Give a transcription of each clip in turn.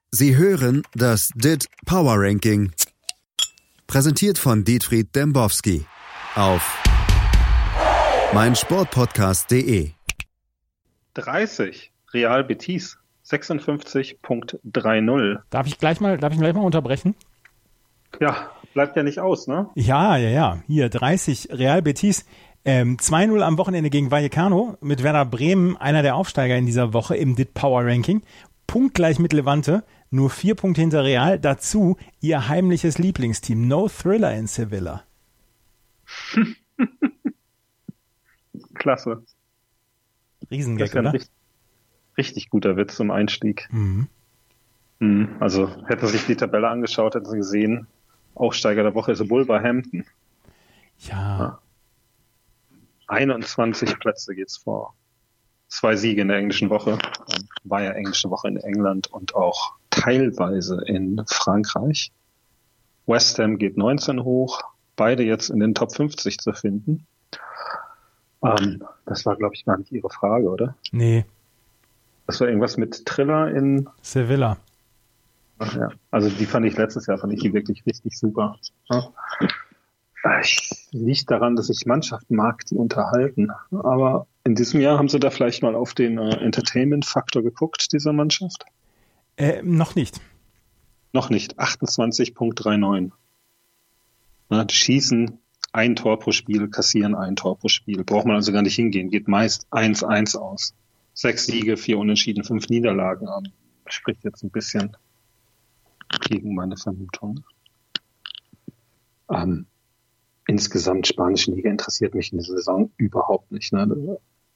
Sie hören das DIT Power Ranking. Präsentiert von Dietfried Dembowski auf meinsportpodcast.de. 30, Real Betis, 56.30. Darf ich gleich mal unterbrechen? Ja, bleibt ja nicht aus, ne? Ja. Hier, 30, Real Betis. 2-0 am Wochenende gegen Vallecano mit Werder Bremen, einer der Aufsteiger in dieser Woche im DIT Power Ranking. Punktgleich mit Levante, nur 4 Punkte hinter Real. Dazu ihr heimliches Lieblingsteam, No Thriller in Sevilla. Klasse. Riesengag, oder? Richtig guter Witz zum Einstieg. Also hätte sich die Tabelle angeschaut, hätte sie gesehen, Aufsteiger der Woche ist Wolverhampton. Ja. 21 Plätze geht's vor. 2 Siege in der englischen Woche. War ja englische Woche in England und auch teilweise in Frankreich. West Ham geht 19 hoch. Beide jetzt in den Top 50 zu finden. Das war, glaube ich, gar nicht Ihre Frage, oder? Nee. Das war irgendwas mit Triller in Sevilla. Ach ja. Also die fand ich die wirklich richtig super. Ja. Liegt daran, dass ich Mannschaften mag, die unterhalten. Aber in diesem Jahr haben Sie da vielleicht mal auf den Entertainment-Faktor geguckt, dieser Mannschaft? Noch nicht. Noch nicht. 28.39. Die schießen 1 Tor pro Spiel, kassieren 1 Tor pro Spiel. Braucht man also gar nicht hingehen. Geht meist 1-1 aus. 6 Siege, 4 Unentschieden, 5 Niederlagen haben. Spricht jetzt ein bisschen gegen meine Vermutung. Insgesamt spanische Liga interessiert mich in dieser Saison überhaupt nicht. Ne?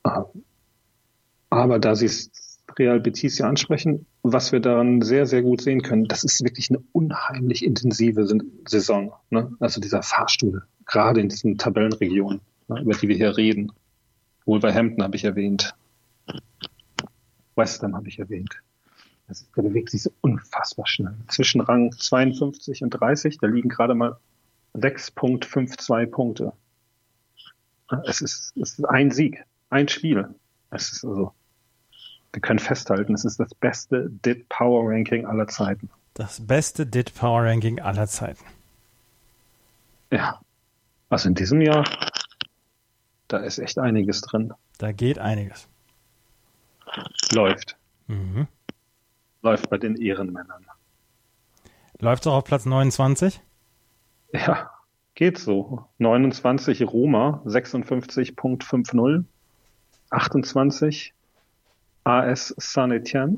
Aber da Sie es Real Betis ja ansprechen, was wir daran sehr, sehr gut sehen können, das ist wirklich eine unheimlich intensive Saison. Ne? Also dieser Fahrstuhl, gerade in diesen Tabellenregionen, ne, über die wir hier reden. Wolverhampton habe ich erwähnt. West Ham habe ich erwähnt. Der bewegt sich so unfassbar schnell. Zwischen Rang 52 und 30, da liegen gerade mal 6.52 Punkte. Es ist ein Sieg, ein Spiel. Es ist also, wir können festhalten, es ist das beste DIT Power Ranking aller Zeiten. Das beste DIT Power Ranking aller Zeiten. Ja, also in diesem Jahr, da ist echt einiges drin. Da geht einiges. Läuft. Läuft bei den Ehrenmännern. Läuft es auch auf Platz 29? Ja, geht so. 29 Roma, 56.50. 28 AS Saint-Étienne,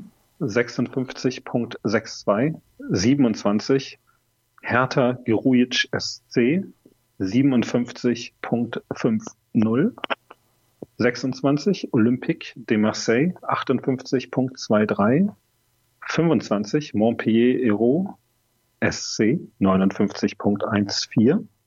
56.62. 27 Hertha Grujic SC, 57.50. 26 Olympique de Marseille, 58.23. 25 Montpellier Hérault SC, 59.14.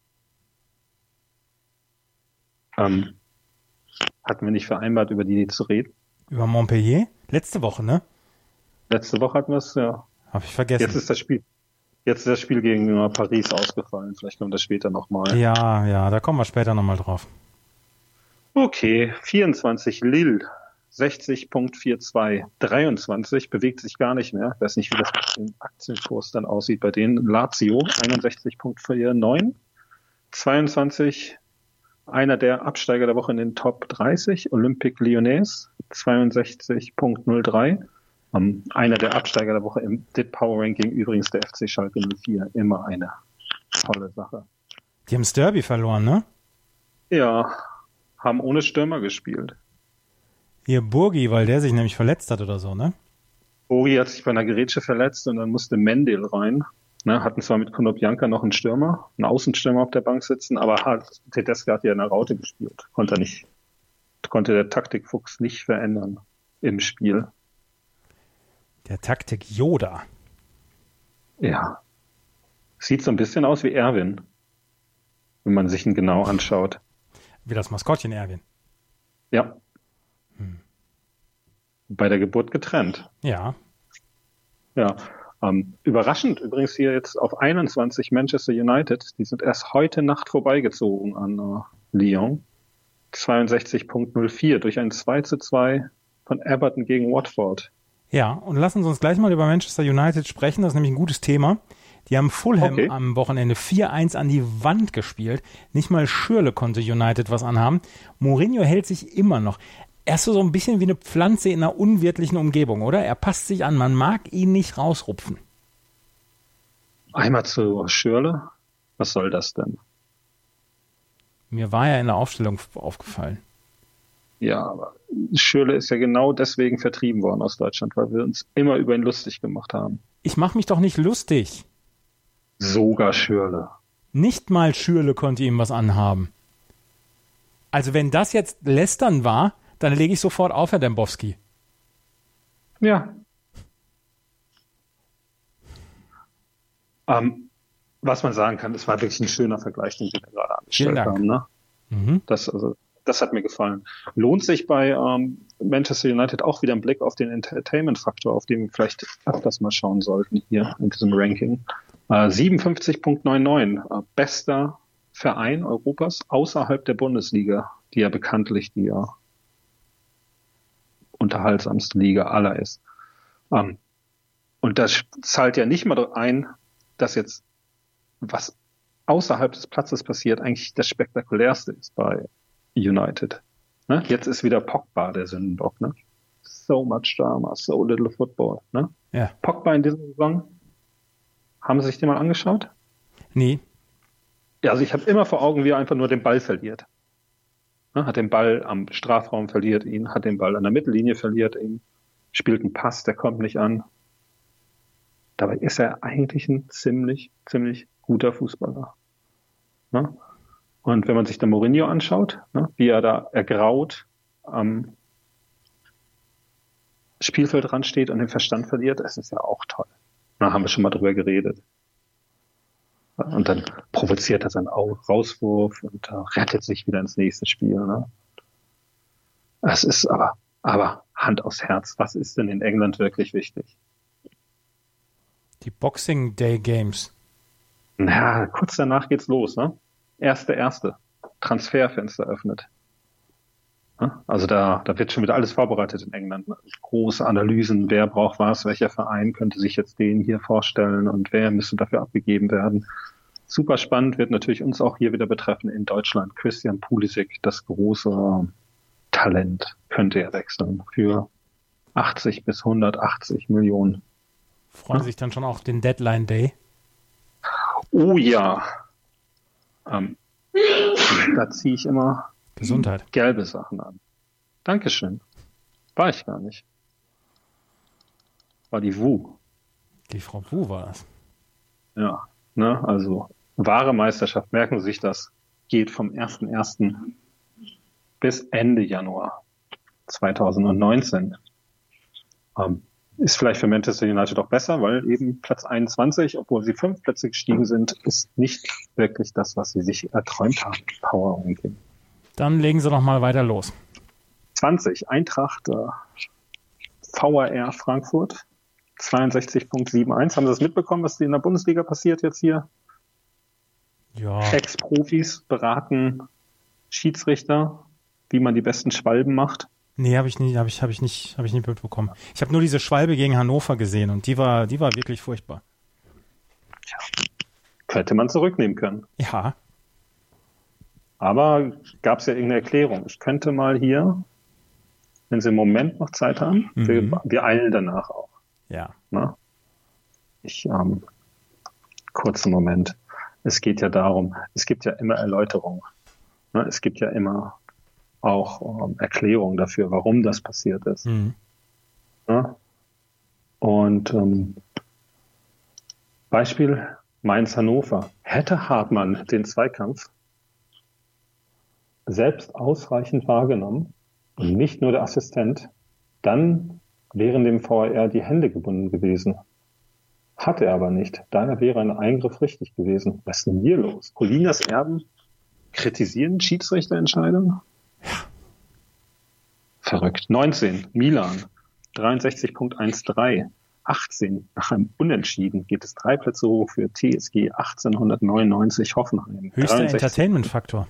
Hatten wir nicht vereinbart, über die zu reden? Über Montpellier? Letzte Woche, ne? Letzte Woche hatten wir es, ja. Hab ich vergessen. Jetzt ist das Spiel gegen Paris ausgefallen. Vielleicht kommt das später nochmal. Ja, da kommen wir später nochmal drauf. Okay, 24 Lille, 60.42. 23 bewegt sich gar nicht mehr. Ich weiß nicht, wie das mit dem Aktienkurs dann aussieht bei denen. Lazio, 61.49. 22 einer der Absteiger der Woche in den Top 30, Olympique Lyonnais, 62.03. Einer der Absteiger der Woche im DIT Power Ranking, übrigens der FC Schalke 04. Immer eine tolle Sache. Die haben das Derby verloren, ne? Ja, haben ohne Stürmer gespielt. Hier Burgi, weil der sich nämlich verletzt hat oder so, ne? Burgi hat sich bei einer Grätsche verletzt und dann musste Mendel rein. Ne, hatten zwar mit Konoplyanka noch einen Stürmer, einen Außenstürmer auf der Bank sitzen, aber Tedesco hat ja in der Raute gespielt. Konnte der Taktikfuchs nicht verändern im Spiel. Der Taktik Yoda. Ja. Sieht so ein bisschen aus wie Erwin, wenn man sich ihn genau anschaut. Wie das Maskottchen Erwin. Ja. Bei der Geburt getrennt. Ja. Ja. Überraschend übrigens hier jetzt auf 21 Manchester United. Die sind erst heute Nacht vorbeigezogen an Lyon. 62.04 durch ein 2:2 von Everton gegen Watford. Ja, und lassen Sie uns gleich mal über Manchester United sprechen. Das ist nämlich ein gutes Thema. Die haben Fulham am Wochenende 4-1 an die Wand gespielt. Nicht mal Schürrle konnte United was anhaben. Mourinho hält sich immer noch. Er ist so ein bisschen wie eine Pflanze in einer unwirtlichen Umgebung, oder? Er passt sich an. Man mag ihn nicht rausrupfen. Einmal zu Schürrle. Was soll das denn? Mir war ja in der Aufstellung aufgefallen. Ja, aber Schürrle ist ja genau deswegen vertrieben worden aus Deutschland, weil wir uns immer über ihn lustig gemacht haben. Ich mache mich doch nicht lustig. Sogar Schürrle. Nicht mal Schürrle konnte ihm was anhaben. Also wenn das jetzt Lästern war, dann lege ich sofort auf, Herr Dembowski. Ja. Was man sagen kann, es war wirklich ein schöner Vergleich, den wir gerade angestellt haben. Ne? Mhm. Das hat mir gefallen. Lohnt sich bei Manchester United auch wieder ein Blick auf den Entertainment-Faktor, auf den wir vielleicht öfters mal schauen sollten hier in diesem Ranking. 57,99. Bester Verein Europas außerhalb der Bundesliga, die ja bekanntlich die unterhaltsamste Liga aller ist. Und das zahlt ja nicht mal ein, dass jetzt was außerhalb des Platzes passiert, eigentlich das Spektakulärste ist bei United. Ne? Jetzt ist wieder Pogba der Sündenbock. Ne? So much drama, so little football. Ne? Ja. Pogba in dieser Saison, haben Sie sich den mal angeschaut? Nee. Ja, also ich habe immer vor Augen, wie er einfach nur den Ball verliert. Ne? Hat den Ball am Strafraum, verliert ihn, hat den Ball an der Mittellinie, verliert ihn, spielt einen Pass, der kommt nicht an. Dabei ist er eigentlich ein ziemlich guter Fußballer. Ne? Und wenn man sich dann Mourinho anschaut, ne, wie er da ergraut am Spielfeldrand steht und den Verstand verliert, das ist ja auch toll. Da haben wir schon mal drüber geredet. Und dann provoziert er seinen Rauswurf und rettet sich wieder ins nächste Spiel. Ne? Es ist aber Hand aufs Herz. Was ist denn in England wirklich wichtig? Die Boxing Day Games. Na, kurz danach geht's los, ne? 1.1. Transferfenster öffnet. Also da wird schon wieder alles vorbereitet in England. Große Analysen, wer braucht was, welcher Verein könnte sich jetzt den hier vorstellen und wer müsste dafür abgegeben werden. Super spannend, wird natürlich uns auch hier wieder betreffen in Deutschland. Christian Pulisic, das große Talent, könnte er wechseln für 80 bis 180 Millionen. Freuen Sie sich dann schon auf den Deadline Day? Oh ja. Da ziehe ich immer Gesundheit. Gelbe Sachen an. Dankeschön. War ich gar nicht. War die Wu. Die Frau Wu war das. Ja, ne, also wahre Meisterschaft, merken Sie sich das, geht vom 1.1. bis Ende Januar 2019. Ist vielleicht für Manchester United auch besser, weil eben Platz 21, obwohl sie 5 Plätze gestiegen sind, ist nicht wirklich das, was sie sich erträumt haben. Power Ranking. Dann legen Sie noch mal weiter los. 20, Eintracht VAR Frankfurt, 62,71. Haben Sie das mitbekommen, was in der Bundesliga passiert jetzt hier? Ja. Ex-Profis beraten Schiedsrichter, wie man die besten Schwalben macht. Nee, habe ich nicht mitbekommen. Ich habe nur diese Schwalbe gegen Hannover gesehen und die war wirklich furchtbar. Tja, könnte man zurücknehmen können. Ja. Aber gab es ja irgendeine Erklärung. Ich könnte mal hier, wenn Sie im Moment noch Zeit haben, wir eilen danach auch. Ja. Na? Kurzen Moment. Es geht ja darum, es gibt ja immer Erläuterungen. Ne? Es gibt ja immer auch Erklärungen dafür, warum das passiert ist. Ja? Und Beispiel Mainz-Hannover. Hätte Hartmann den Zweikampf selbst ausreichend wahrgenommen und nicht nur der Assistent, dann wären dem VAR die Hände gebunden gewesen. Hat er aber nicht. Daher wäre ein Eingriff richtig gewesen. Was ist denn hier los? Colinas Erben kritisieren Schiedsrichterentscheidungen? Verrückt. 19, Milan, 63,13. 18, nach einem Unentschieden geht es 3 Plätze hoch für TSG 1899 Hoffenheim. Höchster Entertainment-Faktor.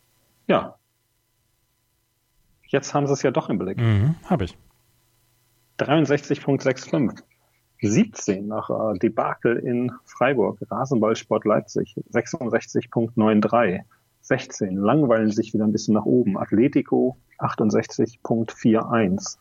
Ja. Jetzt haben sie es ja doch im Blick. Habe ich. 63,65. 17 nach Debakel in Freiburg, Rasenballsport Leipzig, 66,93. 16 langweilen sich wieder ein bisschen nach oben, Atletico, 68,41.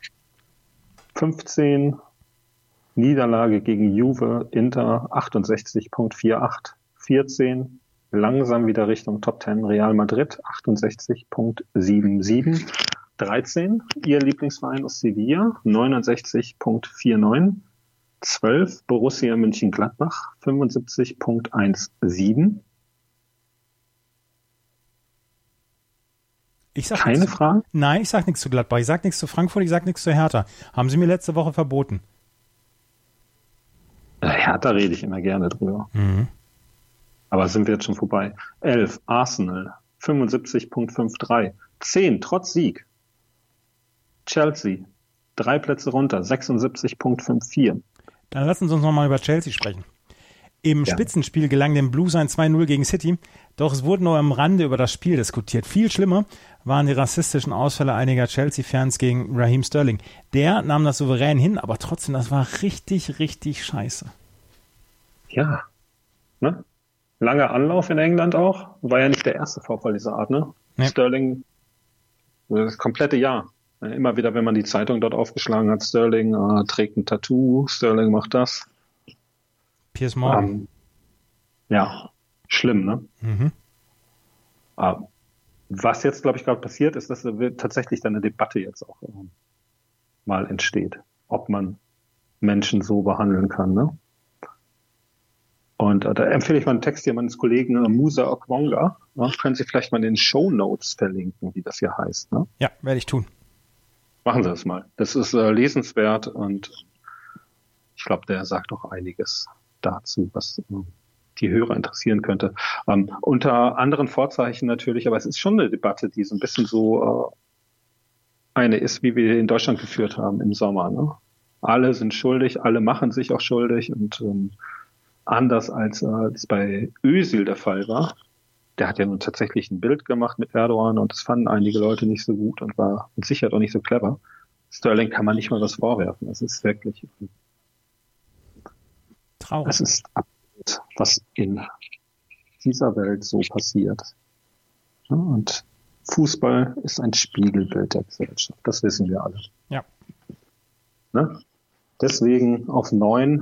15 Niederlage gegen Juve, Inter, 68,48. 14 langsam wieder Richtung Top 10, Real Madrid, 68,77. 13 ihr Lieblingsverein aus Sevilla, 69,49. 12 Borussia Mönchengladbach, 75,17. Keine Fragen? Nein, ich sag nichts zu Gladbach, ich sag nichts zu Frankfurt, ich sag nichts zu Hertha. Haben sie mir letzte Woche verboten. Hertha rede ich immer gerne drüber. Aber sind wir jetzt schon vorbei. 11 Arsenal, 75,53. 10 trotz Sieg. Chelsea, 3 Plätze runter, 76,54. Dann lassen Sie uns nochmal über Chelsea sprechen. Im Spitzenspiel gelang dem Blues ein 2-0 gegen City, doch es wurde nur am Rande über das Spiel diskutiert. Viel schlimmer waren die rassistischen Ausfälle einiger Chelsea-Fans gegen Raheem Sterling. Der nahm das souverän hin, aber trotzdem, das war richtig, richtig scheiße. Ja, ne? Langer Anlauf in England auch. War ja nicht der erste Vorfall dieser Art, ne? Nee. Sterling, das komplette Jahr. Immer wieder, wenn man die Zeitung dort aufgeschlagen hat, Sterling trägt ein Tattoo, Sterling macht das. Piers Morgan. Ja, schlimm, ne? Was jetzt, glaube ich, gerade passiert, ist, dass tatsächlich dann eine Debatte jetzt auch mal entsteht, ob man Menschen so behandeln kann, ne? Und da empfehle ich mal einen Text hier meines Kollegen Musa Okwonga. Können Sie vielleicht mal in den Shownotes verlinken, wie das hier heißt, ne? Ja, werde ich tun. Machen Sie das mal. Das ist lesenswert und ich glaube, der sagt auch einiges dazu, was die Hörer interessieren könnte. Unter anderen Vorzeichen natürlich, aber es ist schon eine Debatte, die so ein bisschen so eine ist, wie wir in Deutschland geführt haben im Sommer. Ne? Alle sind schuldig, alle machen sich auch schuldig und anders als es bei Özil der Fall war. Der hat ja nun tatsächlich ein Bild gemacht mit Erdogan und das fanden einige Leute nicht so gut und war mit Sicherheit auch nicht so clever. Sterling kann man nicht mal was vorwerfen. Das ist wirklich traurig. Das ist absurd, was in dieser Welt so passiert. Ja, und Fußball ist ein Spiegelbild der Gesellschaft. Das wissen wir alle. Ja. Ne? Deswegen auf 9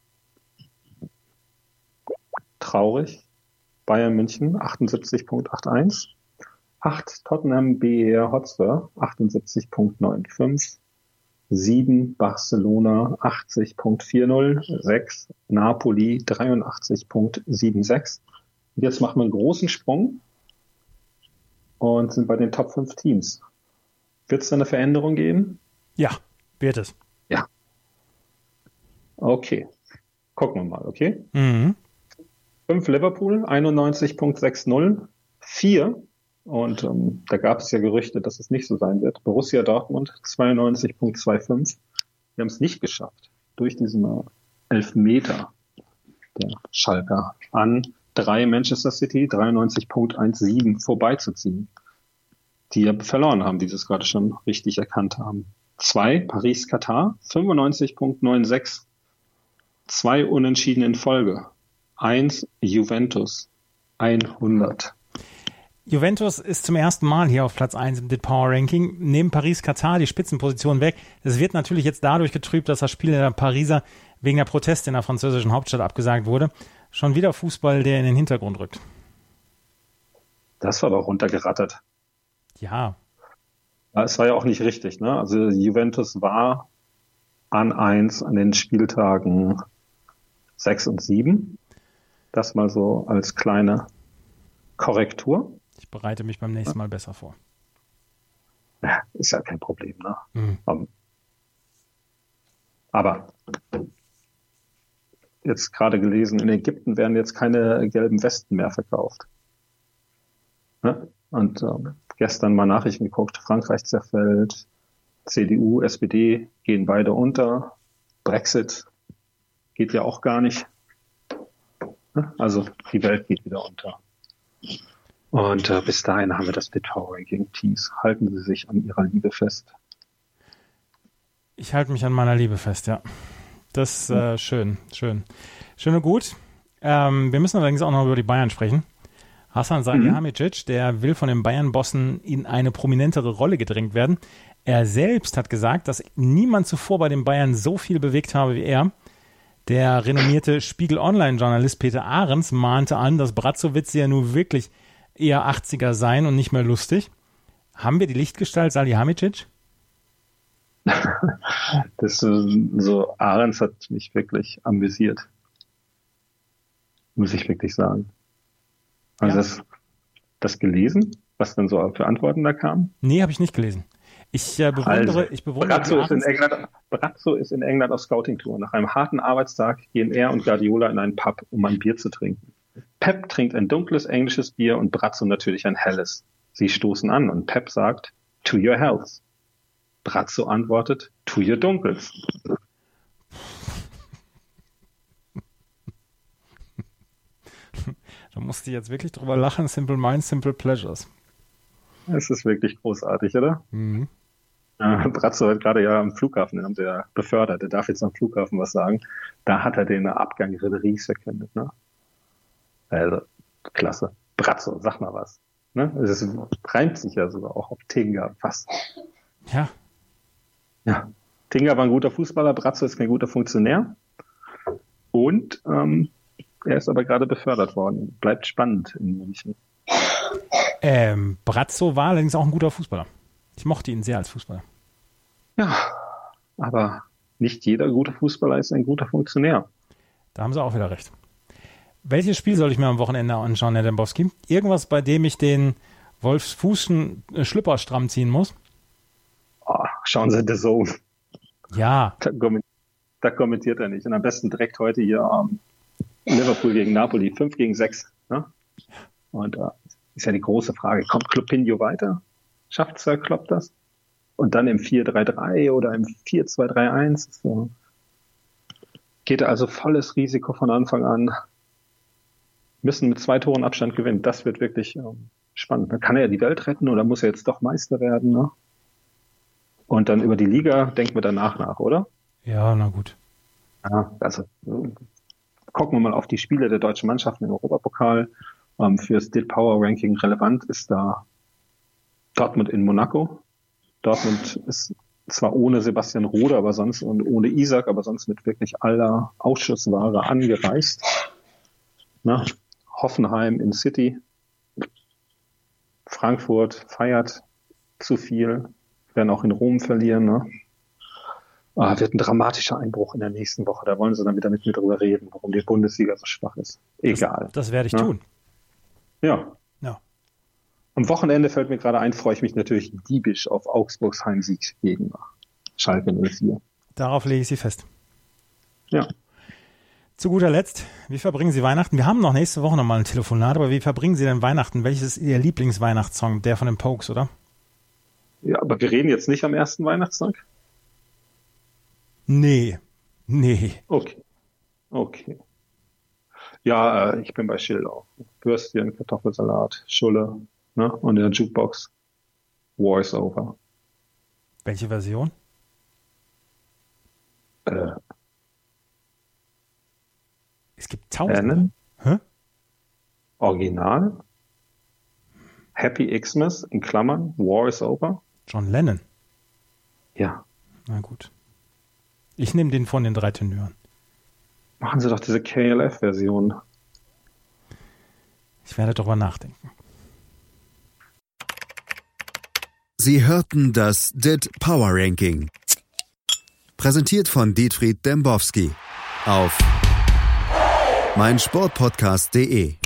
traurig. Bayern München 78,81. 8 Tottenham BR Hotspur 78,95. 7 Barcelona 80,40. 6 Napoli 83,76. Und jetzt machen wir einen großen Sprung und sind bei den Top 5 Teams. Wird es da eine Veränderung geben? Ja, wird es. Ja. Okay. Gucken wir mal, okay? 5 Liverpool, 91,60. 4, und da gab es ja Gerüchte, dass es nicht so sein wird, Borussia Dortmund, 92,25. Wir haben es nicht geschafft, durch diesen Elfmeter der Schalker an 3 Manchester City, 93,17 vorbeizuziehen. Die ja verloren haben, die das gerade schon richtig erkannt haben. 2 Paris-Katar, 95,96. 2 Unentschieden in Folge. 1 Juventus, 100. Juventus ist zum ersten Mal hier auf Platz 1 im DIT Power Ranking. Neben Paris-Katar die Spitzenposition weg. Das wird natürlich jetzt dadurch getrübt, dass das Spiel der Pariser wegen der Proteste in der französischen Hauptstadt abgesagt wurde. Schon wieder Fußball, der in den Hintergrund rückt. Das war doch runtergerattert. Ja. Es war ja auch nicht richtig, ne? Also Juventus war an 1 an den Spieltagen 6 und 7. Das mal so als kleine Korrektur. Ich bereite mich beim nächsten Mal besser vor. Ja, ist ja kein Problem, ne? Aber jetzt gerade gelesen, in Ägypten werden jetzt keine gelben Westen mehr verkauft. Ne? Und gestern mal Nachrichten geguckt, Frankreich zerfällt, CDU, SPD gehen beide unter, Brexit geht ja auch gar nicht. Also die Welt geht wieder unter. Und bis dahin haben wir das DIT Power Ranking. Teams, halten Sie sich an Ihrer Liebe fest. Ich halte mich an meiner Liebe fest, ja. Das ist schön. Schön und gut. Wir müssen allerdings auch noch über die Bayern sprechen. Hasan Salihamidzic, der will von den Bayern-Bossen in eine prominentere Rolle gedrängt werden. Er selbst hat gesagt, dass niemand zuvor bei den Bayern so viel bewegt habe wie er. Der renommierte Spiegel-Online-Journalist Peter Ahrens mahnte an, dass Brazzowitz ja nun wirklich eher 80er seien und nicht mehr lustig. Haben wir die Lichtgestalt Salihamidzic? So Ahrens hat mich wirklich amüsiert. Muss ich wirklich sagen. Also Ja. das gelesen, was dann so für Antworten da kamen? Nee, habe ich nicht gelesen. Ich bewundere Brazzo ist in England auf Scouting-Tour. Nach einem harten Arbeitstag gehen er und Guardiola in einen Pub, um ein Bier zu trinken. Pep trinkt ein dunkles englisches Bier und Brazzo natürlich ein helles. Sie stoßen an und Pep sagt, to your health. Brazzo antwortet, to your dunkles. Da musste ich jetzt wirklich drüber lachen. Simple Minds, Simple Pleasures. Es ist wirklich großartig, oder? Mhm. Brazzo hat gerade ja am Flughafen, den haben sie ja befördert, der darf jetzt am Flughafen was sagen. Da hat er den Abgang Ribery's verkündet, ne? Also, klasse. Brazzo, sag mal was. Ne? Es reimt sich ja sogar auch auf Tinga fast. Ja. Ja. Tinga war ein guter Fußballer, Brazzo ist kein guter Funktionär. Und er ist aber gerade befördert worden. Bleibt spannend in München. Brazzo war allerdings auch ein guter Fußballer. Ich mochte ihn sehr als Fußballer. Ja, aber nicht jeder gute Fußballer ist ein guter Funktionär. Da haben sie auch wieder recht. Welches Spiel soll ich mir am Wochenende anschauen, Herr Dembowski? Irgendwas, bei dem ich den Wolfsfußschen Schlüpper stramm ziehen muss? Oh, schauen Sie The Zone. Ja. Da kommentiert er nicht. Und am besten direkt heute hier Liverpool gegen Napoli, 5-6. Ne? Und ist ja die große Frage, kommt Kloppinho weiter? Schafft Sir Klopp das? Und dann im 4-3-3 oder im 4-2-3-1? So. Geht er also volles Risiko von Anfang an. Müssen mit 2 Toren Abstand gewinnen. Das wird wirklich spannend. Dann kann er die Welt retten oder muss er jetzt doch Meister werden? Ne? Und dann über die Liga denken wir danach nach, oder? Ja, na gut. Ja, also gucken wir mal auf die Spiele der deutschen Mannschaften im Europapokal. Fürs DIT Power Ranking relevant ist da Dortmund in Monaco. Dortmund ist zwar ohne Sebastian Rode, aber sonst und ohne Isak, aber sonst mit wirklich aller Ausschussware angereist. Na, Hoffenheim in City. Frankfurt feiert zu viel. Werden auch in Rom verlieren. Ne? Wird ein dramatischer Einbruch in der nächsten Woche. Da wollen sie dann wieder mit mir drüber reden, warum die Bundesliga so schwach ist. Egal. Das werde ich tun. Ja. Am Wochenende fällt mir gerade ein, freue ich mich natürlich diebisch auf Augsburgs Heimsieg gegen Schalke 04. Darauf lege ich Sie fest. Ja. Zu guter Letzt, wie verbringen Sie Weihnachten? Wir haben noch nächste Woche nochmal ein Telefonat, aber wie verbringen Sie denn Weihnachten? Welches ist Ihr Lieblingsweihnachtssong? Der von den Pokes, oder? Ja, aber wir reden jetzt nicht am ersten Weihnachtstag? Nee. Okay. Ja, ich bin bei Schillau. Würstchen, Kartoffelsalat, Schulle, ne? Und in der Jukebox Voice Over. Welche Version? Es gibt 1000. Hä? Original. Happy Xmas in Klammern, War is Over. John Lennon. Ja. Na gut. Ich nehme den von den 3 Tenören. Machen Sie doch diese KLF-Version. Ich werde darüber nachdenken. Sie hörten das DIT Power Ranking. Präsentiert von Dietfried Dembowski auf meinsportpodcast.de.